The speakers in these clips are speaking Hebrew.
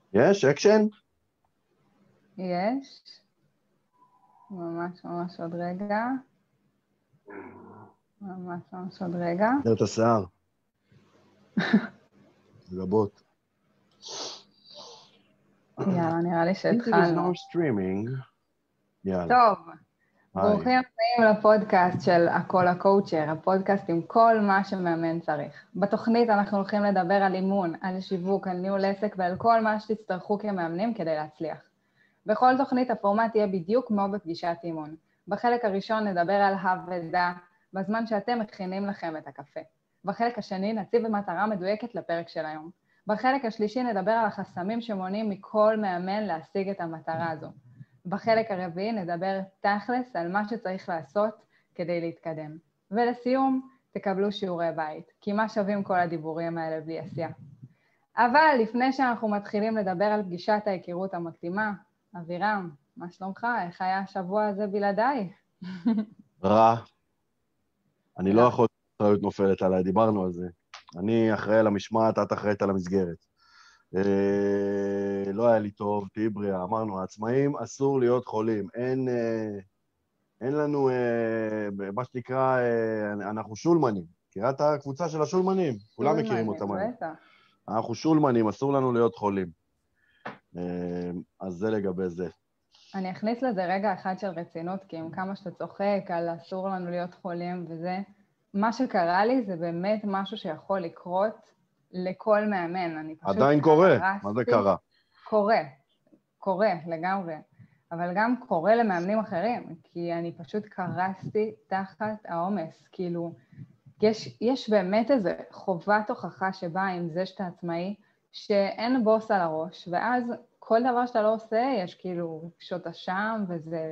יש אקשן? יש. ממש ממש עוד רגע. ממש ממש עוד רגע. דר את השיער. גבות. יאללה, נראה לי It is שהתחלנו. now streaming. יאללה. טוב, היי. ברוכים הבאים לפודקאסט של הכל הקואוצ'ר, הפודקאסט עם כל מה שמאמן צריך. בתוכנית אנחנו הולכים לדבר על אימון, על שיווק, על ניהול עסק ועל כל מה שתצטרכו כמאמנים כדי להצליח. בכל תוכנית הפורמט יהיה בדיוק כמו בפגישת אימון. בחלק הראשון נדבר על הוודא, בזמן שאתם מכינים לכם את הקפה. בחלק השני נציב מטרה מדויקת לפרק של היום. בחלק השלישי נדבר על החסמים שמונעים מכל מאמן להשיג את המטרה הזו. בחלק הרביעי נדבר תכלס על מה שצריך לעשות כדי להתקדם. ולסיום, תקבלו שיעורי בית, כי מה שווים כל הדיבורים האלה בלי עשייה. אבל לפני שאנחנו מתחילים לדבר על פגישת ההיכרות המקדימה, אבירם, מה שלומך? איך היה השבוע הזה בלעדיי? רע. אני לא רע. יכול להיות נופלת עליי, דיברנו על זה. אני אחראי על המשמעת, את אחראית על המסגרת. לא היה לי טוב, תהי בריאה. אמרנו, העצמאים אסור להיות חולים. אין לנו, מה שנקרא, אנחנו שולמנים. מכירה את הקבוצה של השולמנים? כולם מכירים אותם היום. בטח. אנחנו שולמנים, אסור לנו להיות חולים. אז זה לגבי זה. אני אכניס לזה רגע אחד של רצינות, כי עם כמה שאתה צוחק על אסור לנו להיות חולים וזה, מה שקרה לי זה באמת משהו שיכול לקרות לכל מאמן. אני פשוט עדיין קורה, קרסתי. מה זה קרה? קורה לגמרי, אבל גם קורה למאמנים אחרים, כי אני פשוט קרסתי תחת העומס. כאילו, יש באמת איזו חובת הוכחה שבאה עם זה שאתה עצמאי, שאין בוס על הראש, ואז כל דבר שאתה לא עושה, יש כאילו רגשות אשם, וזה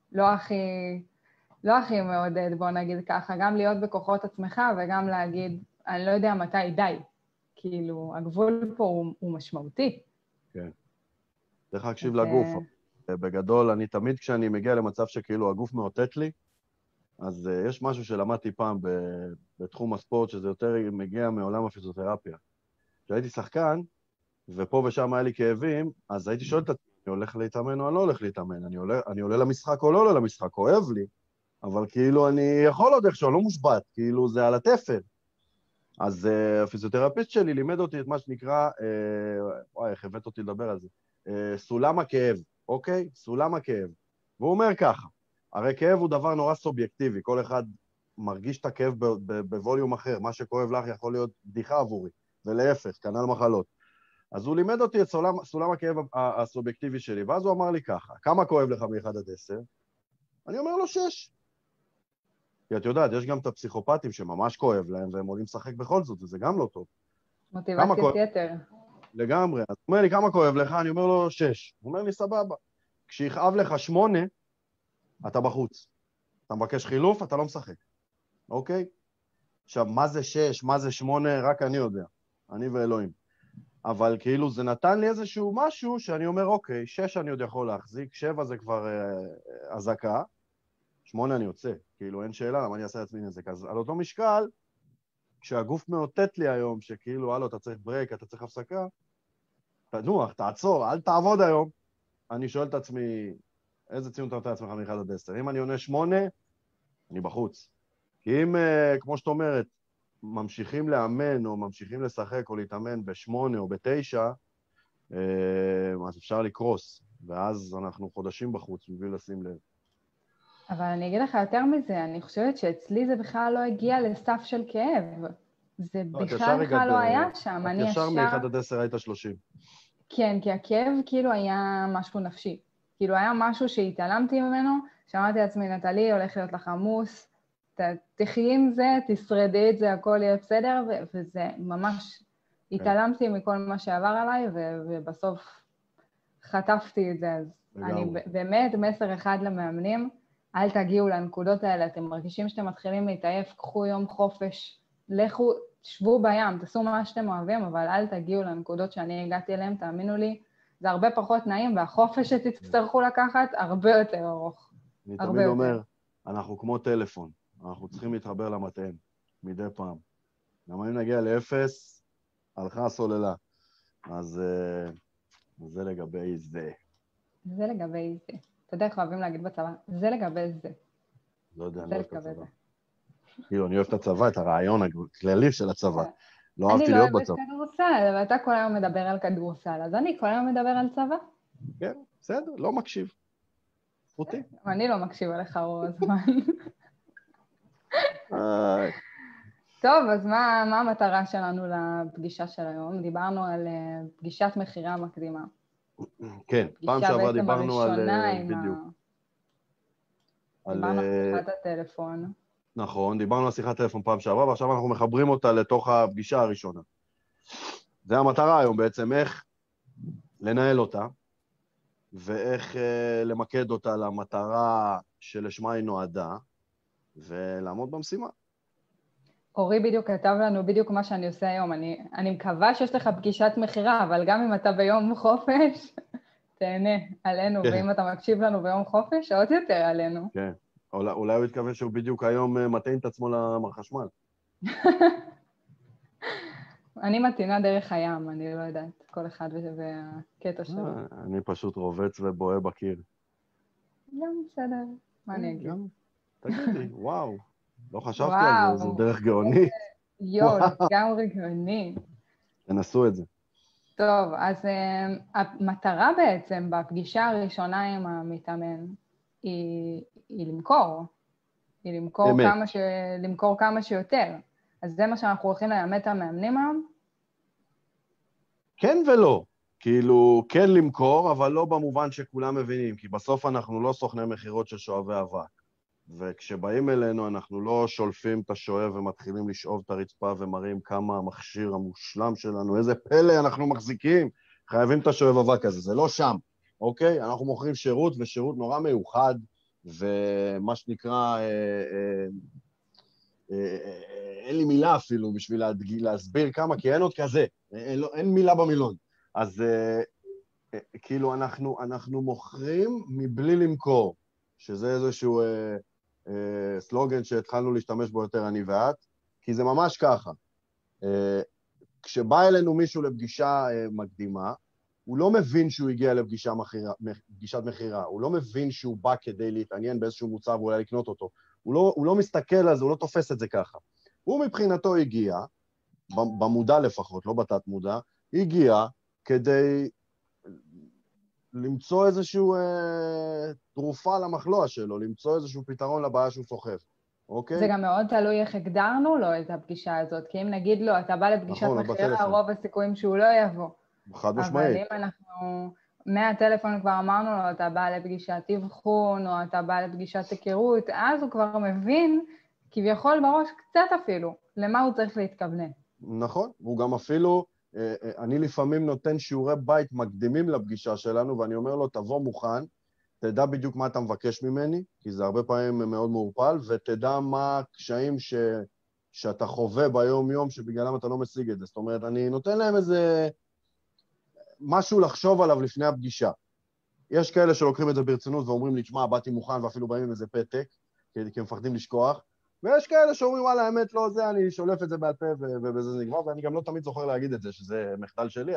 לא הכי מעודד, בוא נגיד ככה, גם להיות בכוחות עצמך, וגם להגיד, אני לא יודע מתי די. כאילו, הגבול פה הוא משמעותי. כן. צריך להקשיב לגוף. בגדול, אני תמיד כשאני מגיע למצב שכאילו הגוף מאותת לי, אז יש משהו שלמדתי פעם בתחום הספורט, שזה יותר מגיע מעולם הפיזיותרפיה. כשהייתי שחקן, ופה ושם היה לי כאבים, אז הייתי שואל את עצמי, אני הולך להתאמן או אני לא הולך להתאמן? אני עולה למשחק או לא עולה למשחק? כואב לי, אבל כאילו אני יכול עוד איכשהו, אני לא מושבת, כאילו זה על התפר. אז הפיזיותרפיסט שלי לימד אותי את מה שנקרא, וואי, איך הבאת אותי לדבר על זה, סולם הכאב, אוקיי? סולם הכאב. והוא אומר ככה, הרי כאב הוא דבר נורא סובייקטיבי, כל אחד מרגיש את הכאב בווליום אחר, מה שכואב לך יכול להיות בדיחה עבורי, ולהפך, כנ"ל מחלות. אז הוא לימד אותי את סולם הכאב הסובייקטיבי שלי, ואז הוא אמר לי ככה, כמה כואב לך מ-1 עד 10? אני אומר לו 6. כי את יודעת, יש גם את הפסיכופטים שממש כואב להם, והם עולים לשחק בכל זאת, וזה גם לא טוב. מוטיבציית יתר. לגמרי. אז הוא אומר לי, כמה כואב לך? אני אומר לו 6. הוא אומר לי, סבבה. כשיכאב לך 8, אתה בחוץ. אתה מבקש חילוף, אתה לא משחק. אוקיי? עכשיו, מה זה 6, מה זה 8, רק אני יודע. אני ואלוהים. אבל כאילו זה נתן לי איזשהו משהו שאני אומר, אוקיי, 6 אני עוד יכול להחזיק, 7 זה כבר הזקה, 8 אני יוצא. כאילו אין שאלה, למה אני אעשה לעצמי נזק? אז על אותו משקל, כשהגוף מאותת לי היום, שכאילו, הלו, אתה צריך ברייק, אתה צריך הפסקה, תנוח, תעצור, אל תעבוד היום. אני שואל את עצמי, איזה ציון אתה נותן לעצמך מ-1 עד 10? אם אני עונה 8, אני בחוץ. כי אם, כמו שאת אומרת, ממשיכים לאמן או ממשיכים לשחק או להתאמן ב8 או ב9, אז אפשר לקרוס, ואז אנחנו חודשים בחוץ, מבלי לשים לב. אבל אני אגיד לך יותר מזה, אני חושבת שאצלי זה בכלל לא הגיע לסף של כאב. זה בכלל לא היה שם. את ישר מ-1 עד 10 היית 30. כן, כי הכאב כאילו היה משהו נפשי. כאילו היה משהו שהתעלמתי ממנו, שאמרתי לעצמי, נטלי, הולך להיות לך עמוס, תחי עם זה, תשרדי את זה, הכל יהיה בסדר, וזה ממש, התעלמתי מכל מה שעבר עליי, ובסוף חטפתי את זה. אז אני באמת מסר אחד למאמנים, אל תגיעו לנקודות האלה, אתם מרגישים שאתם מתחילים להתעייף, קחו יום חופש, לכו, תשבו בים, תעשו מה שאתם אוהבים, אבל אל תגיעו לנקודות שאני הגעתי אליהן, תאמינו לי, זה הרבה פחות נעים, והחופש שתצטרכו לקחת הרבה יותר ארוך. אני תמיד אומר, אנחנו כמו טלפון, אנחנו צריכים להתחבר למטען, מדי פעם. למה אם נגיע ל0, הלכה הסוללה. אז זה לגבי זה. זה לגבי זה. אתה יודע איך אוהבים להגיד בצבא? זה לגבי זה. לא יודע, אני לא אוהב את הצבא. כאילו, אני אוהב את הצבא, את הרעיון הכללי של הצבא. לא אהבתי להיות בצבא. אני לא אוהבת כדורסל, ואתה כל היום מדבר על כדורסל, אז אני כל היום מדבר על צבא. כן, בסדר, לא מקשיב. זכותי. אני לא מקשיב עליך רוב הזמן. טוב, אז מה המטרה שלנו לפגישה של היום? דיברנו על פגישת מחירה מקדימה. כן, פעם שעברה דיברנו על... בדיוק. דיברנו על שיחת הטלפון. נכון, דיברנו על שיחת טלפון פעם שעברה, ועכשיו אנחנו מחברים אותה לתוך הפגישה הראשונה. זה המטרה היום בעצם, איך לנהל אותה, ואיך למקד אותה למטרה שלשמה היא נועדה, ולעמוד במשימה. אורי בדיוק כתב לנו בדיוק מה שאני עושה היום. אני מקווה שיש לך פגישת מחירה, אבל גם אם אתה ביום חופש, תהנה עלינו, ואם אתה מקשיב לנו ביום חופש, עוד יותר עלינו. כן, אולי הוא התכוון שהוא בדיוק היום מטעין את עצמו לחשמל. אני מתאינה דרך הים, אני לא יודעת, כל אחד והקטע שלו. אני פשוט רובץ ובוהה בקיר. גם בסדר, מה אני אגיד? תגידי, וואו, לא חשבתי על זה, זה דרך גאונית. יואו, לגמרי גאוני. תנסו את זה. טוב, אז המטרה בעצם בפגישה הראשונה עם המתאמן היא למכור. היא למכור כמה שיותר. אז זה מה שאנחנו הולכים ללמד את המאמנים היום? כן ולא. כאילו, כן למכור, אבל לא במובן שכולם מבינים, כי בסוף אנחנו לא סוכני מחירות של שואבי אבק. וכשבאים אלינו, אנחנו לא שולפים את השואב ומתחילים לשאוב את הרצפה ומראים כמה המכשיר המושלם שלנו, איזה פלא אנחנו מחזיקים, חייבים את השואב אבק הזה, זה לא שם, אוקיי? אנחנו מוכרים שירות, ושירות נורא מיוחד, ומה שנקרא, אין לי מילה אפילו בשביל להסביר כמה, כי אין עוד כזה, אין מילה במילון. אז כאילו אנחנו מוכרים מבלי למכור, שזה איזשהו סלוגן שהתחלנו להשתמש בו יותר אני ואת, כי זה ממש ככה. כשבא אלינו מישהו לפגישה מקדימה, הוא לא מבין שהוא הגיע לפגישת מחירה, הוא לא מבין שהוא בא כדי להתעניין באיזשהו מוצר ואולי לקנות אותו. הוא לא מסתכל על זה, הוא לא תופס את זה ככה. הוא מבחינתו הגיע, במודע לפחות, לא בתת מודע, הגיע כדי למצוא איזשהו תרופה למחלוע שלו, למצוא איזשהו פתרון לבעיה שהוא סוחב, אוקיי? זה גם מאוד תלוי איך הגדרנו לו את הפגישה הזאת, כי אם נגיד לו, אתה בא לפגישת מחירה, רוב הסיכויים שהוא לא יבוא. חד משמעית. אבל אם אנחנו, מהטלפון כבר אמרנו לו, אתה בא לפגישת אבחון, או אתה בא לפגישת היכרות, אז הוא כבר מבין, כביכול בראש קצת אפילו, למה הוא צריך להתכוונן. נכון, הוא גם אפילו, אני לפעמים נותן שיעורי בית מקדימים לפגישה שלנו, ואני אומר לו, תבוא מוכן, תדע בדיוק מה אתה מבקש ממני, כי זה הרבה פעמים מאוד מעורפל, ותדע מה הקשיים שאתה חווה ביום-יום, שבגללם אתה לא משיג את זה. זאת אומרת, אני נותן להם איזה משהו לחשוב עליו לפני הפגישה. יש כאלה שלוקחים את זה ברצינות ואומרים לי, תשמע, באתי מוכן, ואפילו באים עם איזה פתק, כי הם מפחדים לשכוח, ויש כאלה שאומרים, וואלה, האמת לא זה, אני שולף את זה בעל פה ובזה זה נגמר, ואני גם לא תמיד זוכר להגיד את זה, שזה מחדל שלי,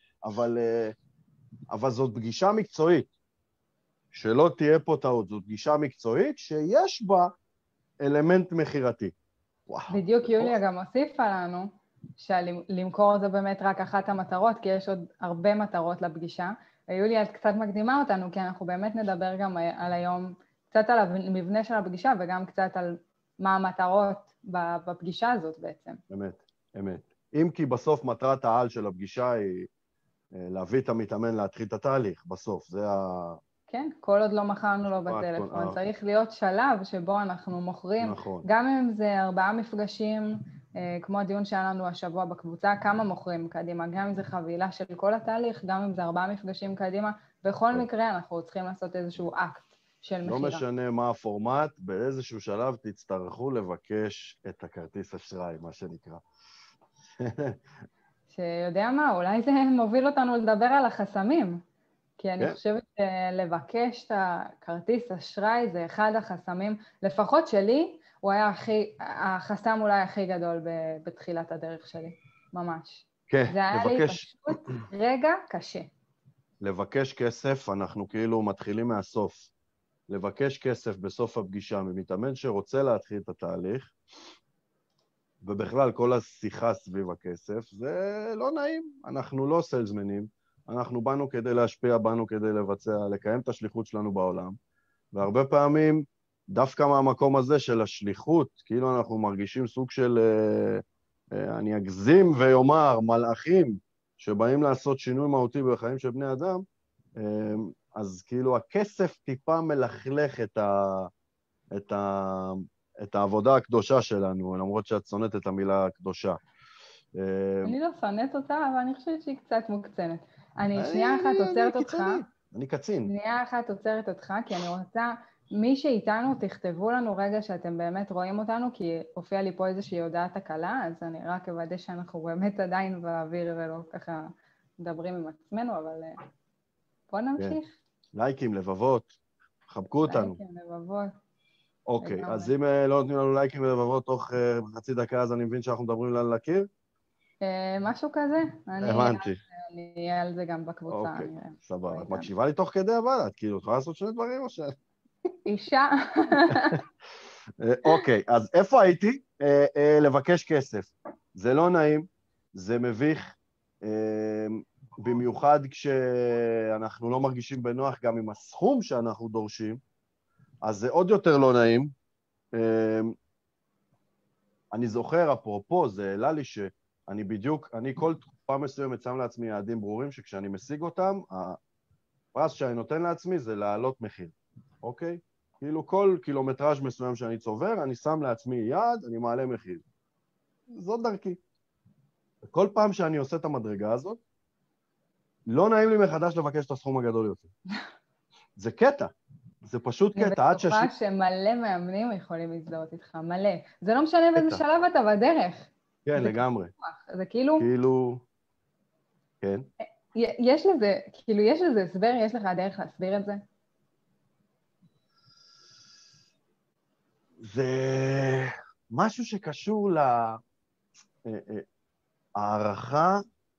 אבל זאת פגישה מקצועית, שלא תהיה פה טעות, זאת פגישה מקצועית שיש בה אלמנט מחירתי. בדיוק יוליה גם הוסיפה לנו, שלמכור זה באמת רק אחת המטרות, כי יש עוד הרבה מטרות לפגישה, ויוליה את קצת מקדימה אותנו, כי אנחנו באמת נדבר גם על היום, קצת על המבנה של הפגישה, וגם קצת על מה המטרות בפגישה הזאת בעצם. אמת. אם כי בסוף מטרת העל של הפגישה היא להביא את המתאמן להתחיל את התהליך, בסוף, זה כן, כל עוד לא מכרנו לו בטלפון, צריך להיות שלב שבו אנחנו מוכרים, נכון. גם אם זה 4 מפגשים, כמו הדיון שהיה לנו השבוע בקבוצה, כמה מוכרים קדימה, גם אם זה חבילה של כל התהליך, גם אם זה 4 מפגשים קדימה, בכל מקרה אנחנו צריכים לעשות איזשהו אקט של מחירה. לא משנה מה הפורמט, באיזשהו שלב תצטרכו לבקש את הכרטיס אשראי, מה שנקרא. שיודע מה, אולי זה מוביל אותנו לדבר על החסמים, כי אני חושבת שלבקש את הכרטיס אשראי זה אחד החסמים, לפחות שלי, הוא היה החסם אולי הכי גדול בתחילת הדרך שלי, ממש. כן, זה היה לי פשוט רגע קשה. לבקש כסף, אנחנו כאילו מתחילים מהסוף. לבקש כסף בסוף הפגישה ממתאמן שרוצה להתחיל את התהליך, ובכלל כל השיחה סביב הכסף, זה לא נעים. אנחנו לא סלזמנים, אנחנו באנו כדי להשפיע, באנו כדי לבצע, לקיים את השליחות שלנו בעולם, והרבה פעמים, דווקא מהמקום הזה של השליחות, כאילו אנחנו מרגישים סוג של, אני אגזים ויאמר, מלאכים, שבאים לעשות שינוי מהותי בחיים של בני אדם, אז כאילו הכסף טיפה מלכלך את העבודה הקדושה שלנו, למרות שאת שונאת את המילה הקדושה. אני לא שונאת אותה, אבל אני חושבת שהיא קצת מוקצנת. אני שנייה אחת עוצרת אותך. אני קצין. שנייה אחת עוצרת אותך, כי אני רוצה, מי שאיתנו, תכתבו לנו רגע שאתם באמת רואים אותנו, כי הופיע לי פה איזושהי הודעת הקלה, אז אני רק אוודא שאנחנו באמת עדיין באוויר ולא ככה מדברים עם עצמנו, אבל בוא נמשיך. לייקים, לבבות, חבקו אותנו. לייקים, לבבות. אוקיי, אז אם לא נותנים לנו לייקים ולבבות תוך חצי דקה, אז אני מבין שאנחנו מדברים על לקיר? משהו כזה. הבנתי. אני אהיה על זה גם בקבוצה. אוקיי, סבבה. את מקשיבה לי תוך כדי אבל, את כאילו, יכולה לעשות שני דברים או ש... אישה. אוקיי, אז איפה הייתי? לבקש כסף. זה לא נעים, זה מביך, במיוחד כשאנחנו לא מרגישים בנוח גם עם הסכום שאנחנו דורשים, אז זה עוד יותר לא נעים. אני זוכר, אפרופו, זה העלה לי שאני בדיוק, אני כל תקופה מסוימת שם לעצמי יעדים ברורים, שכשאני משיג אותם, הפרס שאני נותן לעצמי זה להעלות מחיר, אוקיי? כאילו כל קילומטראז' מסוים שאני צובר, אני שם לעצמי יעד, אני מעלה מחיר. זאת דרכי. כל פעם שאני עושה את המדרגה הזאת, לא נעים לי מחדש לבקש את הסכום הגדול יותר. זה קטע. זה פשוט קטע. אני בטוחה שמלא מאמנים יכולים להזדהות איתך, מלא. זה לא משנה באיזה שלב אתה בדרך. כן, לגמרי. זה כאילו... כן. יש לזה, כאילו, יש לזה הסבר, יש לך דרך להסביר את זה? זה משהו שקשור להערכה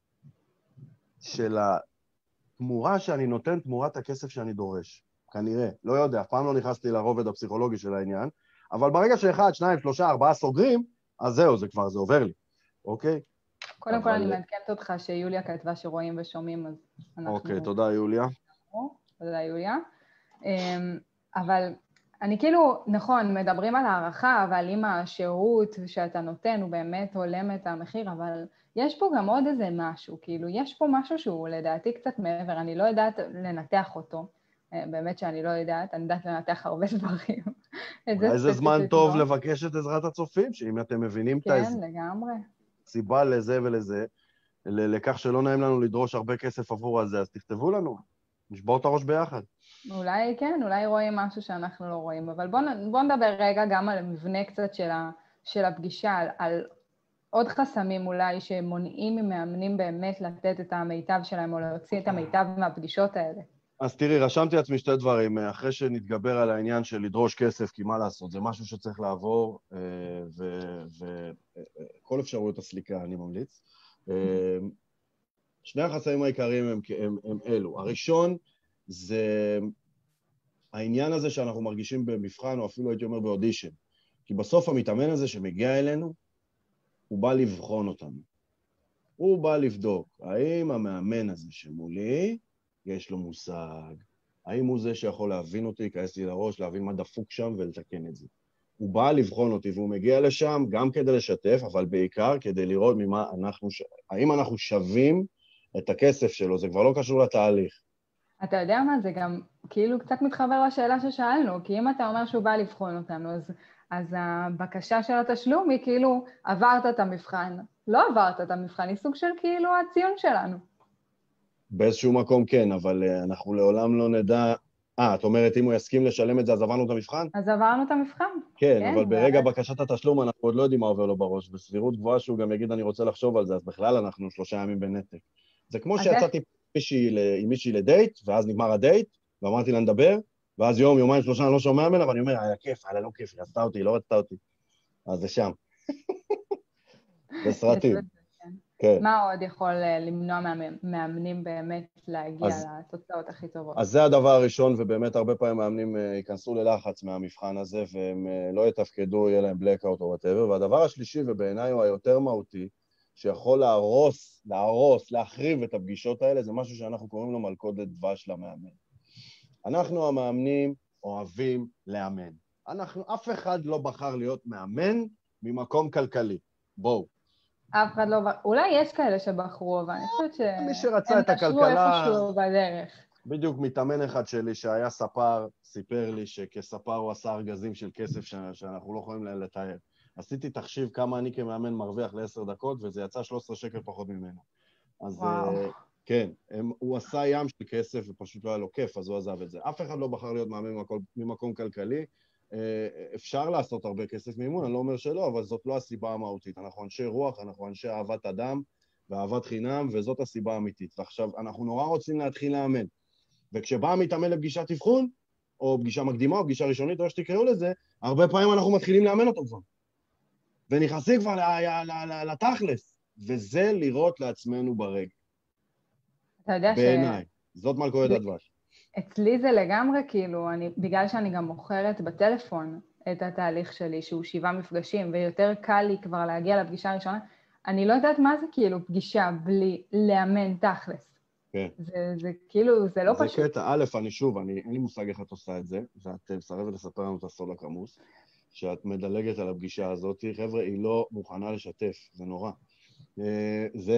של התמורה שאני נותן, תמורת הכסף שאני דורש. כנראה, לא יודע, אף פעם לא נכנסתי לרובד הפסיכולוגי של העניין, אבל ברגע שאחד, שניים, שלושה, ארבעה סוגרים, אז זהו, זה כבר, זה עובר לי, אוקיי? קודם כל אני מעדכנת אותך שיוליה כתבה שרואים ושומעים, אז אנחנו... אוקיי, תודה יוליה. תודה יוליה. אבל אני כאילו, נכון, מדברים על הערכה, אבל אם השירות שאתה נותן הוא באמת הולם את המחיר, אבל יש פה גם עוד איזה משהו, כאילו, יש פה משהו שהוא לדעתי קצת מעבר, אני לא יודעת לנתח אותו, באמת שאני לא יודעת, אני יודעת לנתח הרבה דברים. איזה זמן טוב לבקש את עזרת הצופים, שאם אתם מבינים את הסיבה לזה ולזה, לכך שלא נעים לנו לדרוש הרבה כסף עבור הזה, אז תכתבו לנו, נשבור את הראש ביחד. אולי כן, אולי רואים משהו שאנחנו לא רואים, אבל בוא נדבר רגע גם על המבנה קצת של הפגישה, על עוד חסמים אולי שמונעים ממאמנים באמת לתת את המיטב שלהם, או להוציא את המיטב מהפגישות האלה. אז תראי, רשמתי לעצמי שתי דברים, אחרי שנתגבר על העניין של לדרוש כסף, כי מה לעשות, זה משהו שצריך לעבור, וכל אפשרויות הסליקה, אני ממליץ. שני החסמים העיקריים הם אלו. הראשון זה העניין הזה שאנחנו מרגישים במבחן, או אפילו הייתי אומר באודישן. כי בסוף המתאמן הזה שמגיע אלינו, הוא בא לבחון אותנו. הוא בא לבדוק, האם המאמן הזה שמולי, יש לו מושג, האם הוא זה שיכול להבין אותי, כעס לי לראש, להבין מה דפוק שם ולתקן את זה. הוא בא לבחון אותי, והוא מגיע לשם גם כדי לשתף, אבל בעיקר כדי לראות האם אנחנו שווים את הכסף שלו, זה כבר לא קשור לתהליך. אתה יודע מה, זה גם כאילו קצת מתחבר לשאלה ששאלנו, כי אם אתה אומר שהוא בא לבחון אותנו, אז הבקשה של התשלום היא כאילו, עברת את המבחן, לא עברת את המבחן, היא סוג של כאילו הציון שלנו. באיזשהו מקום כן, אבל אנחנו לעולם לא נדע... את אומרת, אם הוא יסכים לשלם את זה, אז עברנו את המבחן? אז עברנו את המבחן. כן, אבל ברגע בקשת התשלום אנחנו עוד לא יודעים מה עובר לו בראש, בסבירות גבוהה שהוא גם יגיד, אני רוצה לחשוב על זה, אז בכלל אנחנו 3 ימים בנתק. זה כמו שיצאתי עם מישהי לדייט, ואז נגמר הדייט, ואמרתי לה נדבר, ואז יום, יומיים, 3 אני לא שומע ממנה, ואני אומר, היה כיף, היה לא כיף, היא רצתה אותי, לא רצתה אותי. אז זה שם. בסרטים. כן. מה עוד יכול למנוע מאמנים באמת להגיע לתוצאות הכי טובות? אז זה הדבר הראשון, ובאמת הרבה פעמים מאמנים ייכנסו ללחץ מהמבחן הזה, והם לא יתפקדו, יהיה להם blackout או whatever. והדבר השלישי, ובעיניי הוא היותר מהותי, שיכול להחריב את הפגישות האלה, זה משהו שאנחנו קוראים לו מלכודת דבש למאמן. אנחנו המאמנים אוהבים לאמן. אף אחד לא בחר להיות מאמן ממקום כלכלי. בואו. אף אחד לא... אולי יש כאלה שבחרו, אבל אני חושבת מי שרצה את הכלכלה... הם נשרו איפשהו בדרך. בדיוק מתאמן אחד שלי שהיה ספר, סיפר לי שכספר הוא עשה ארגזים של כסף שאנחנו לא יכולים לתאר. עשיתי תחשיב כמה אני כמאמן מרוויח ל10 דקות, וזה יצא 13 שקל פחות ממנו. אז כן, הוא עשה ים של כסף ופשוט לא היה לו כיף, אז הוא עזב את זה. אף אחד לא בחר להיות מאמן ממקום כלכלי. אפשר לעשות הרבה כסף מאימון, אני לא אומר שלא, אבל זאת לא הסיבה המהותית. אנחנו אנשי רוח, אנחנו אנשי אהבת אדם ואהבת חינם, וזאת הסיבה האמיתית. ועכשיו, אנחנו נורא רוצים להתחיל לאמן. וכשבא המתאמן לפגישת אבחון, או פגישה מקדימה, או פגישה ראשונית, או שתקראו לזה, הרבה פעמים אנחנו מתחילים לאמן אותו כבר. ונכנסים כבר לתכלס, וזה לראות לעצמנו ברגע. אתה יודע בעיניי, זאת מלכודת הדבש. אצלי זה לגמרי, כאילו, בגלל שאני גם מוכרת בטלפון את התהליך שלי, שהוא 7 מפגשים, ויותר קל לי כבר להגיע לפגישה הראשונה, אני לא יודעת מה זה כאילו פגישה בלי לאמן תכלס. כן. זה כאילו, זה לא פשוט. זה קטע, א', אין לי מושג איך את עושה את זה, ואת מסרבת לספר לנו את הסוד הכמוס, שאת מדלגת על הפגישה הזאת, חבר'ה, היא לא מוכנה לשתף, זה נורא. זה...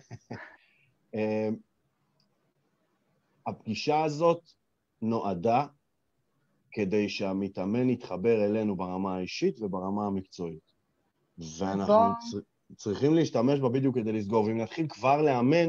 הפגישה הזאת נועדה כדי שהמתאמן יתחבר אלינו ברמה האישית וברמה המקצועית. ואנחנו צריכים להשתמש בה בדיוק כדי לסגור, ואם נתחיל כבר לאמן,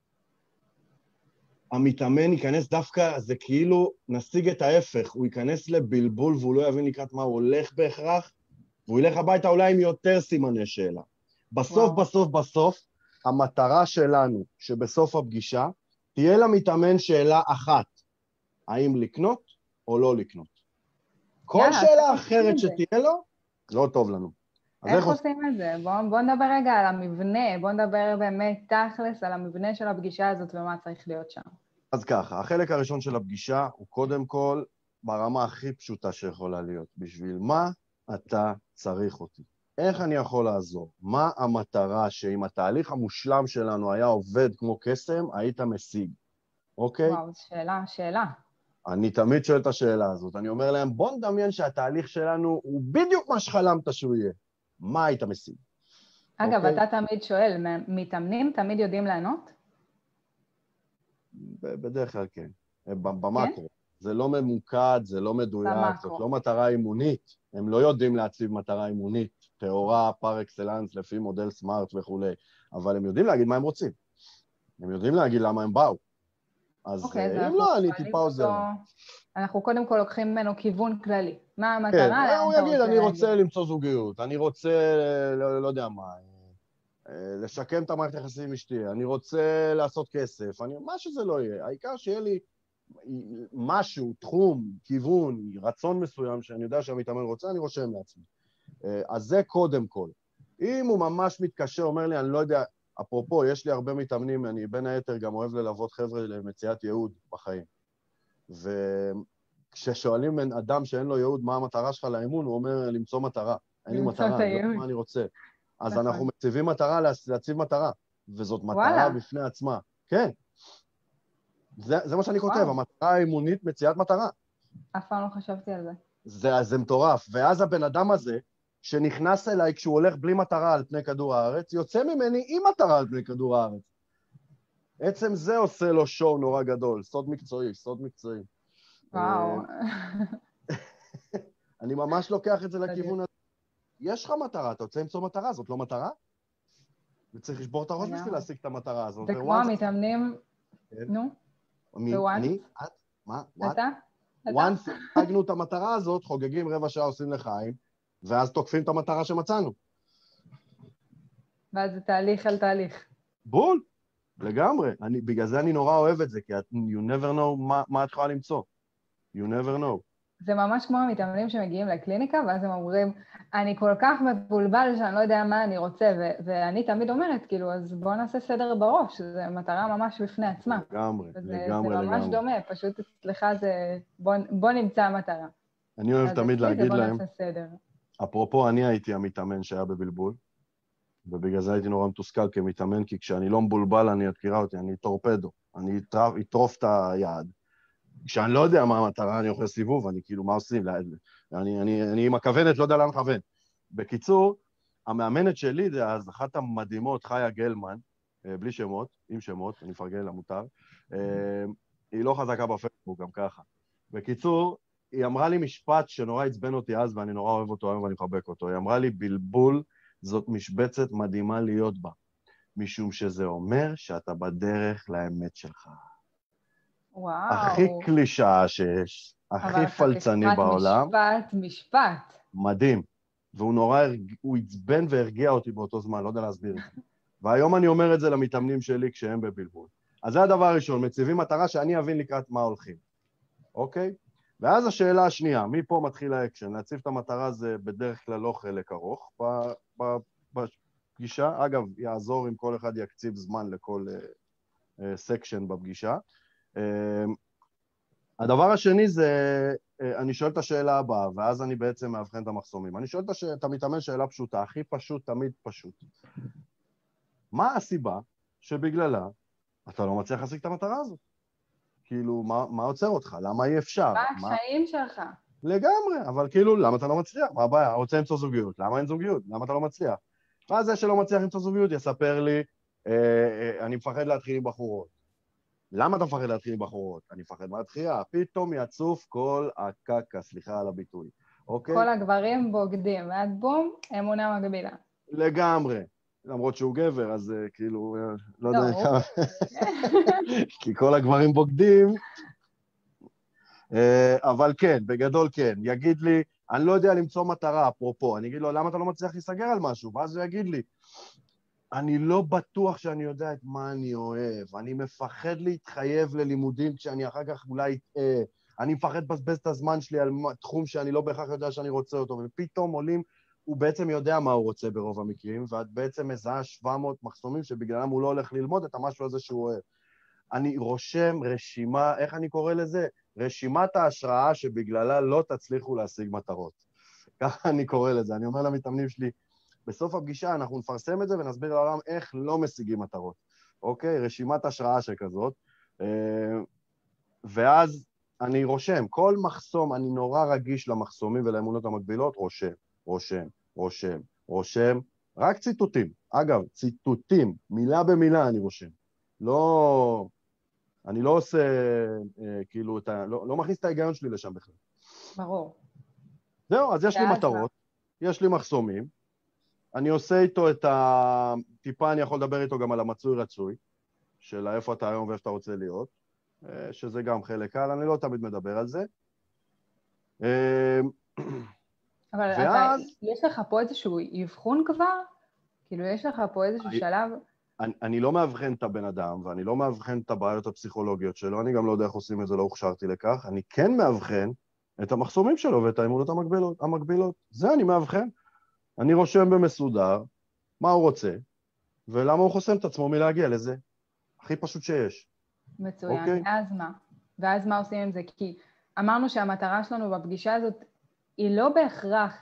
המתאמן ייכנס דווקא, זה כאילו נשיג את ההפך, הוא ייכנס לבלבול והוא לא יבין לקראת מה הוא הולך בהכרח, והוא ילך הביתה אולי עם יותר סימני שאלה. בסוף, המטרה שלנו, שבסוף הפגישה, תהיה למתאמן שאלה אחת, האם לקנות או לא לקנות. כל שאלה אחרת שתהיה לו, לא טוב לנו. איך עושים את זה? בואו נדבר רגע על המבנה, בואו נדבר באמת תכלס על המבנה של הפגישה הזאת ומה צריך להיות שם. אז ככה, החלק הראשון של הפגישה הוא קודם כל ברמה הכי פשוטה שיכולה להיות. בשביל מה אתה צריך אותי? איך אני יכול לעזור? מה המטרה שאם התהליך המושלם שלנו היה עובד כמו קסם, היית משיג? אוקיי? וואו, שאלה. אני תמיד שואל את השאלה הזאת. אני אומר להם, בוא נדמיין שהתהליך שלנו הוא בדיוק מה שחלמת שהוא יהיה. מה היית משיג? אגב, אתה תמיד שואל, מתאמנים תמיד יודעים לענות? בדרך כלל כן. במקרו. זה לא ממוקד, זה לא מדויק, זאת לא מטרה אימונית. הם לא יודעים להציב מטרה אימונית, תיאורה, פר אקסלנס, לפי מודל סמארט וכו'. אבל הם יודעים להגיד מה הם רוצים. הם יודעים להגיד למה הם באו. אז אם לא, אני טיפה עוזר. אנחנו קודם כל לוקחים ממנו כיוון כללי. מה המטרה? כן, הוא יגיד, אני רוצה למצוא זוגיות, אני רוצה, לא יודע מה, לשקם את המערכת היחסים עם אשתי, אני רוצה לעשות כסף, מה שזה לא יהיה. העיקר שיהיה לי משהו, תחום, כיוון, רצון מסוים, שאני יודע שהמתאמן רוצה, אני רושם לעצמי. אז זה קודם כל. אם הוא ממש מתקשר, אומר לי, אני לא יודע, אפרופו, יש לי הרבה מתאמנים, אני בין היתר גם אוהב ללוות חבר'ה למציאת ייעוד בחיים. וכששואלים בין אדם שאין לו ייעוד, מה המטרה שלך לאימון, הוא אומר, למצוא מטרה. אין לי מטרה, אני לא יודע מה אני רוצה. אז אנחנו מציבים מטרה, להציב מטרה, וזאת מטרה בפני עצמה. כן. זה מה שאני כותב, המטרה האימונית מציאת מטרה. אף פעם לא חשבתי על זה. זה מטורף. ואז הבן אדם הזה, שנכנס אליי כשהוא הולך בלי מטרה על פני כדור הארץ, יוצא ממני עם מטרה על פני כדור הארץ. עצם זה עושה לו שואו נורא גדול, סוד מקצועי. וואו. אני ממש לוקח את זה לכיוון הזה. יש לך מטרה, אתה רוצה למצוא מטרה, זאת לא מטרה? וצריך לשבור את הראש בשביל להשיג את המטרה הזאת. זה כמו המתאמנים, נו? אני? את? מה? אתה? once השגנו את המטרה הזאת, חוגגים רבע שעה עושים לחיים, ואז תוקפים את המטרה שמצאנו. ואז זה תהליך על תהליך. בול, לגמרי. בגלל זה אני נורא אוהב את זה, כי you never know מה את יכולה למצוא. You never know. זה ממש כמו המתאמנים שמגיעים לקליניקה, ואז הם אומרים, אני כל כך מבולבל שאני לא יודע מה אני רוצה, ואני תמיד אומרת, כאילו, אז בואו נעשה סדר בראש, זו מטרה ממש בפני עצמה. לגמרי, זה ממש דומה, פשוט אצלך זה, בוא נמצא מטרה. אני אוהב תמיד להגיד להם, בוא נעשה סדר. אפרופו, אני הייתי המתאמן שהיה בבלבול, ובגלל זה הייתי נורא מתוסכל כמתאמן, כי כשאני לא מבולבל, את מכירה אותי, אני טורפדו, אני אטרוף את היעד. כשאני לא יודע מה המטרה, אני אוכל סיבוב, אני כאילו, מה עושים? אני עם הכוונת, לא יודע לאן מכוון. בקיצור, המאמנת שלי, זה אז אחת המדהימות, חיה גלמן, בלי שמות, עם שמות, אני מפרגן לה מותר, היא לא חזקה בפייסבוק, גם ככה. בקיצור, היא אמרה לי משפט שנורא עצבן אותי אז, ואני נורא אוהב אותו היום ואני מחבק אותו. היא אמרה לי, בלבול זאת משבצת מדהימה להיות בה, משום שזה אומר שאתה בדרך לאמת שלך. וואו. הכי קלישאה שיש, הכי פלצני בעולם. אבל משפט. מדהים. והוא נורא, הוא עצבן והרגיע אותי באותו זמן, לא יודע להסביר את זה. והיום אני אומר את זה למתאמנים שלי כשהם בבלבול. אז זה הדבר הראשון, מציבים מטרה שאני אבין לקראת מה הולכים. אוקיי? ואז השאלה השנייה, מפה מתחיל האקשן. להציב את המטרה זה בדרך כלל לא חלק ארוך בפגישה. אגב, יעזור אם כל אחד יקציב זמן לכל סקשן בפגישה. הדבר השני זה, אני שואל את השאלה הבאה, ואז אני בעצם מאבחן את המחסומים. אני שואל את המתאמן שאלה פשוטה, הכי פשוט, תמיד פשוט. מה הסיבה שבגללה אתה לא מצליח להשיג את המטרה הזאת? כאילו, מה עוצר אותך? למה אי אפשר? מה הקשיים שלך? לגמרי, אבל כאילו, למה אתה לא מצליח? מה הבעיה? רוצה למצוא זוגיות. למה אין זוגיות? למה אתה לא מצליח? ואז זה שלא מצליח למצוא זוגיות יספר לי, אני מפחד להתחיל עם בחורות. למה אתה מפחד להתחיל עם בחורות? אני מפחד מהתחייה. פתאום יצוף כל הקקה, סליחה על הביטוי. אוקיי? כל הגברים בוגדים, ועד בום, אמונה מגבילה. לגמרי. למרות שהוא גבר, אז כאילו, לא יודע כמה. כי כל הגברים בוגדים. אבל כן, בגדול כן. יגיד לי, אני לא יודע למצוא מטרה, אפרופו. אני אגיד לו, למה אתה לא מצליח להיסגר על משהו? ואז הוא יגיד לי, אני לא בטוח שאני יודע את מה אני אוהב, אני מפחד להתחייב ללימודים כשאני אחר כך אולי אטעה, אני מפחד לבזבז את הזמן שלי על תחום שאני לא בהכרח יודע שאני רוצה אותו, ופתאום עולים, הוא בעצם יודע מה הוא רוצה ברוב המקרים, ואת בעצם מזהה 700 מחסומים שבגללם הוא לא הולך ללמוד את המשהו הזה שהוא אוהב. אני רושם רשימה, איך אני קורא לזה? רשימת ההשראה שבגללה לא תצליחו להשיג מטרות. ככה אני קורא לזה, אני אומר למתאמנים שלי, בסוף הפגישה אנחנו נפרסם את זה ונסביר לעולם איך לא משיגים מטרות. אוקיי? רשימת השראה שכזאת. ואז אני רושם, כל מחסום, אני נורא רגיש למחסומים ולאמונות המקבילות, רושם, רק ציטוטים. אגב, ציטוטים, מילה במילה אני רושם. אני לא עושה, כאילו, לא מכניס את ההיגיון שלי לשם בכלל. ברור. זהו, אז יש לי מטרות, יש לי מחסומים, אני עושה איתו טיפה אני יכול לדבר איתו גם על המצוי רצוי, של איפה אתה היום ואיפה אתה רוצה להיות, שזה גם חלק קל, אני לא תמיד מדבר על זה. אבל ואז... יש לך פה איזשהו אבחון כבר? כאילו, יש לך פה איזשהו שלב? אני לא מאבחן את הבן אדם, ואני לא מאבחן את הבעיות הפסיכולוגיות שלו, אני גם לא יודע איך עושים את זה, לא הוכשרתי לכך, אני כן מאבחן את המחסומים שלו ואת האמונות המקבילות. זה אני מאבחן. אני רושם במסודר מה הוא רוצה, ולמה הוא חוסם את עצמו מלהגיע לזה. הכי פשוט שיש. מצוין. ואז מה? ואז מה עושים עם זה? כי אמרנו שהמטרה שלנו בפגישה הזאת היא לא בהכרח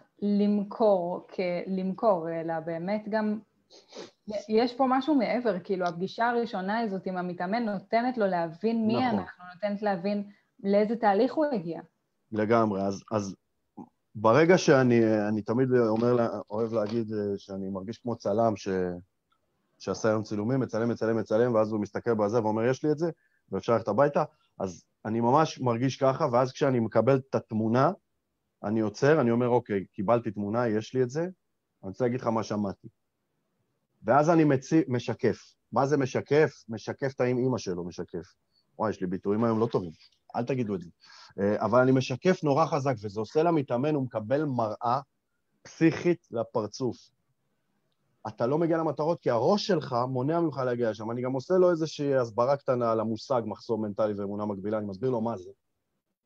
למכור, אלא באמת גם יש פה משהו מעבר, כאילו הפגישה הראשונה הזאת עם המתאמן נותנת לו להבין מי אנחנו, נותנת להבין לאיזה תהליך הוא הגיע. לגמרי, אז ברגע שאני תמיד אוהב להגיד שאני מרגיש כמו צלם שעשה היום צילומים, מצלם, ואז הוא מסתכל בזה ואומר, יש לי את זה, ואפשר ללכת הביתה, אז אני ממש מרגיש ככה, ואז כשאני מקבל את התמונה, אני עוצר, אני אומר, אוקיי, קיבלתי תמונה, יש לי את זה, אני רוצה להגיד לך מה שמעתי. ואז אני משקף. מה זה משקף? משקף את האמא שלו, משקף. וואי, יש לי ביטויים היום לא טובים, אל תגידו את זה. אבל אני משקף נורא חזק, וזה עושה למתאמן, הוא מקבל מראה פסיכית לפרצוף. אתה לא מגיע למטרות, כי הראש שלך מונע ממך להגיע שם. אני גם עושה לו איזושהי הסברה קטנה על המושג מחסום מנטלי ואמונה מקבילה, אני מסביר לו מה זה.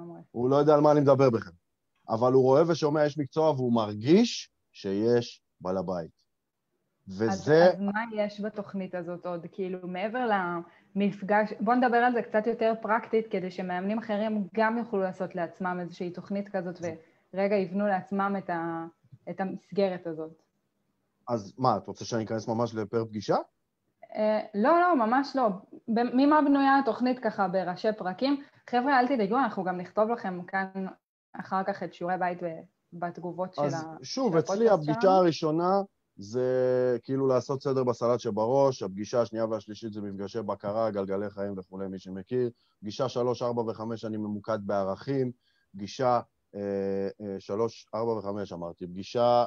הוא לא יודע על מה אני מדבר בכלל. אבל הוא רואה ושומע יש מקצוע, והוא מרגיש שיש בעל הבית. וזה... אז מה יש בתוכנית הזאת עוד? כאילו, מעבר למפגש, בוא נדבר על זה קצת יותר פרקטית, כדי שמאמנים אחרים גם יוכלו לעשות לעצמם איזושהי תוכנית כזאת, ורגע יבנו לעצמם את המסגרת הזאת. אז מה, את רוצה שאני אכנס ממש לפר פגישה? לא, ממש לא. ממה בנויה התוכנית ככה בראשי פרקים? חבר'ה, אל תדאגו, אנחנו גם נכתוב לכם כאן אחר כך את שיעורי בית בתגובות של הפודקאסט שלנו. אז שוב, אצלי הפגישה הראשונה זה כאילו לעשות סדר בסלט שבראש, הפגישה השנייה והשלישית זה מפגשי בקרה, גלגלי חיים וכו', מי שמכיר. פגישה 3, 4 ו-5 אני ממוקד בערכים, פגישה 3, 4 ו-5 אמרתי, פגישה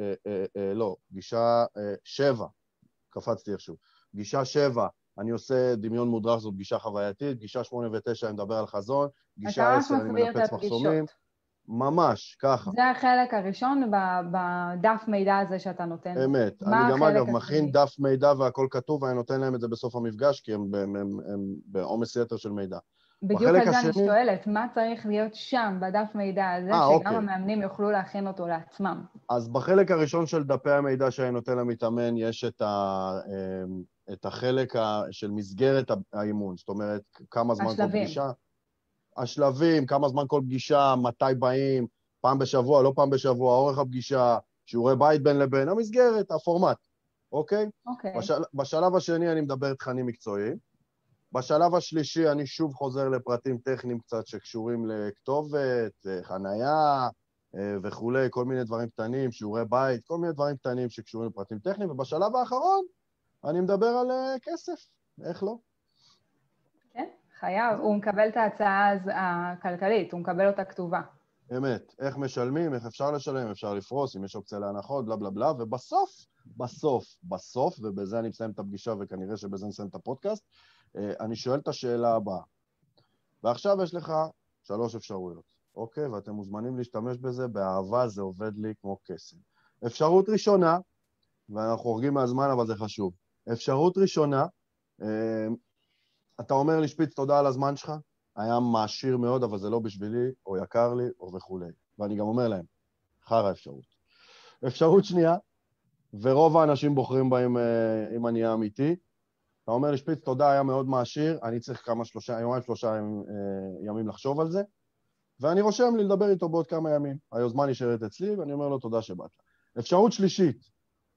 7, קפצתי איכשהו. פגישה 7, אני עושה דמיון מודרך, זו פגישה חווייתית, פגישה 8 ו-9 אני מדבר על חזון, פגישה 10 אני מנפץ מחסומים. ממש, ככה. זה החלק הראשון בדף מידע הזה שאתה נותן. אמת. אני גם אגב מכין דף מידע והכל כתוב, ואני נותן להם את זה בסוף המפגש, כי הם בעומס יתר של מידע. בדיוק על זה אני שואלת, מה צריך להיות שם בדף מידע הזה, שגם המאמנים יוכלו להכין אותו לעצמם? אז בחלק הראשון של דפי המידע שאני נותן למתאמן, יש את החלק של מסגרת האימון, זאת אומרת, כמה זמן כל פגישה. השלבים, כמה זמן כל פגישה, מתי באים, פעם בשבוע, לא פעם בשבוע, אורך הפגישה, שיעורי בית בין לבין, המסגרת, הפורמט, אוקיי? אוקיי. בשלב השני אני מדבר תכנים מקצועיים. בשלב השלישי אני שוב חוזר לפרטים טכניים קצת שקשורים לכתובת, חנייה, וכולי, כל מיני דברים קטנים, שיעורי בית, כל מיני דברים קטנים שקשורים לפרטים טכניים, ובשלב האחרון אני מדבר על כסף, איך לא? כן, חייב. הוא מקבל את ההצעה הכלכלית, הוא מקבל אותה כתובה. אמת, איך משלמים, איך אפשר לשלם, אפשר לפרוס, אם יש אופציה להנחות, בלה בלה בלה, ובסוף, ובזה אני מסיים את הפגישה, וכנראה שבזה נסיים את הפודקאסט, אני שואל את השאלה הבאה. ועכשיו יש לך 3 אפשרויות, אוקיי? ואתם מוזמנים להשתמש בזה, באהבה זה עובד לי כמו קסם. אפשרות ראשונה, ואנחנו חורגים מהזמן, אבל זה חשוב. אפשרות ראשונה, אתה אומר לי, שפיץ, תודה על הזמן שלך, היה מעשיר מאוד, אבל זה לא בשבילי, או יקר לי, או וכולי. ואני גם אומר להם, חר האפשרות. אפשרות שנייה, ורוב האנשים בוחרים בה אם אני אהיה אמיתי, אתה אומר לי, שפיץ, תודה, היה מאוד מעשיר, אני צריך יומיים, 3 ימים לחשוב על זה, ואני רושם לי לדבר איתו בעוד כמה ימים. היוזמה נשארת אצלי, ואני אומר לו, תודה שבאת. אפשרות שלישית,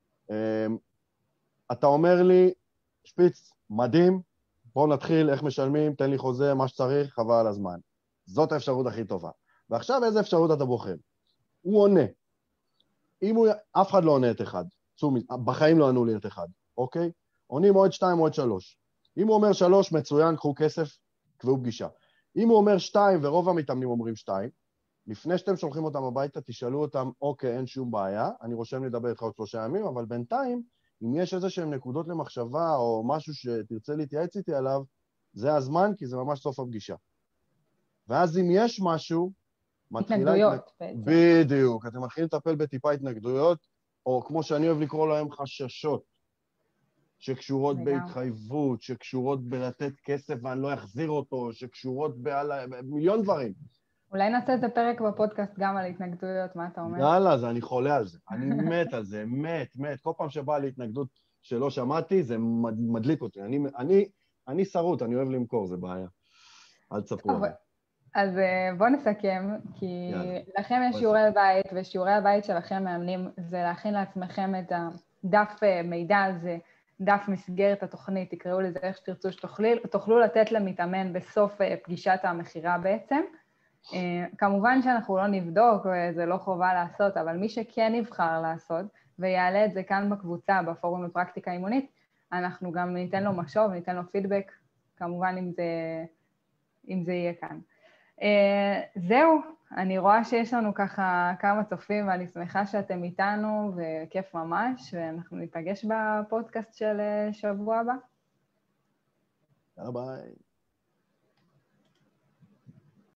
אתה אומר לי, שפיץ, מדהים, בואו נתחיל, איך משלמים, תן לי חוזה, מה שצריך, חבל על הזמן. זאת האפשרות הכי טובה. ועכשיו איזה אפשרות אתה בוחר? הוא עונה. אף אחד לא עונה את אחד. בחיים לא ענו לי את אחד, אוקיי? עונים עוד 2, עוד 3. אם הוא אומר 3, מצוין, קחו כסף, קבעו פגישה. אם הוא אומר 2, ורוב המתאמנים אומרים 2, לפני שאתם שולחים אותם הביתה, תשאלו אותם, אוקיי, אין שום בעיה, אני רושם לדבר איתך עוד 3 ימים, אבל בינתיים, אם יש איזשהם נקודות למחשבה, או משהו שתרצה להתייעץ איתי עליו, זה הזמן, כי זה ממש סוף הפגישה. ואז אם יש משהו, התנגדויות בעצם. בדיוק, אתם מתחילים לטפל בטיפה התנגדויות, או כמו שאני אוהב לקרוא להם חששות, שקשורות בהתחייבות, שקשורות בלתת כסף ואני לא אחזיר אותו, שקשורות במיליון דברים. אולי נעשה את הפרק בפודקאסט גם על התנגדויות, מה אתה אומר? יאללה, אז אני חולה על זה. אני מת על זה, מת. כל פעם שבאה לי התנגדות שלא שמעתי, זה מדליק אותי. אני שרוט, אני אוהב למכור, זה בעיה. אל תספרו עליי. אז בואו נסכם, כי לכם יש שיעורי בית, ושיעורי הבית שלכם מאמנים, זה להכין לעצמכם את הדף מידע הזה, דף מסגרת התוכנית, תקראו לזה איך שתרצו שתוכלו לתת למתאמן בסוף פגישת המחירה בעצם. כמובן שאנחנו לא נבדוק, זה לא חובה לעשות, אבל מי שכן יבחר לעשות, ויעלה את זה כאן בקבוצה, בפורום לפרקטיקה אימונית, אנחנו גם ניתן לו משוב, ניתן לו פידבק, כמובן אם זה יהיה כאן. זהו, אני רואה שיש לנו ככה כמה צופים, ואני שמחה שאתם איתנו, וכיף ממש, ואנחנו ניפגש בפודקאסט של שבוע הבא. יאללה ביי.